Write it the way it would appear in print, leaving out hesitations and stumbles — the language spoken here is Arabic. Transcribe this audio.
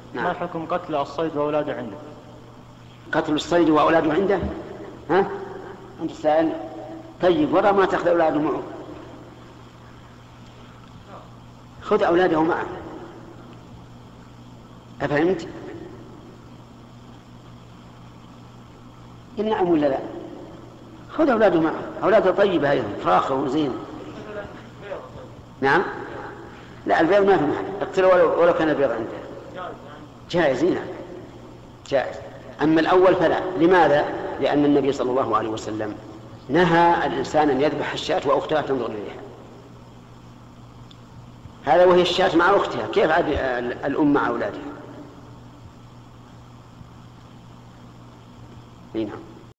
نعم. ما حكم قتل الصيد وأولاده عنده؟ قتل الصيد وأولاده عنده؟ ها؟ أنت سائل. طيب ورا ما تأخذ أولاده معه، خذ أولاده معه. أفهمت؟ نعم ولا لا؟ خذ أولاده معه، أولاده طيبة أيضا، فراخة وزينة. نعم. لا البيض ما في محل، اقتله ولو كان البيض عنده جائز. نعم جائز. أما الأول فلا. لماذا؟ لأن النبي صلى الله عليه وسلم نهى الإنسان أن يذبح الشاة وأختها تنظر إليها. هذا وهي الشاة مع أختها، كيف عاد الأم مع أولادها؟ نعم.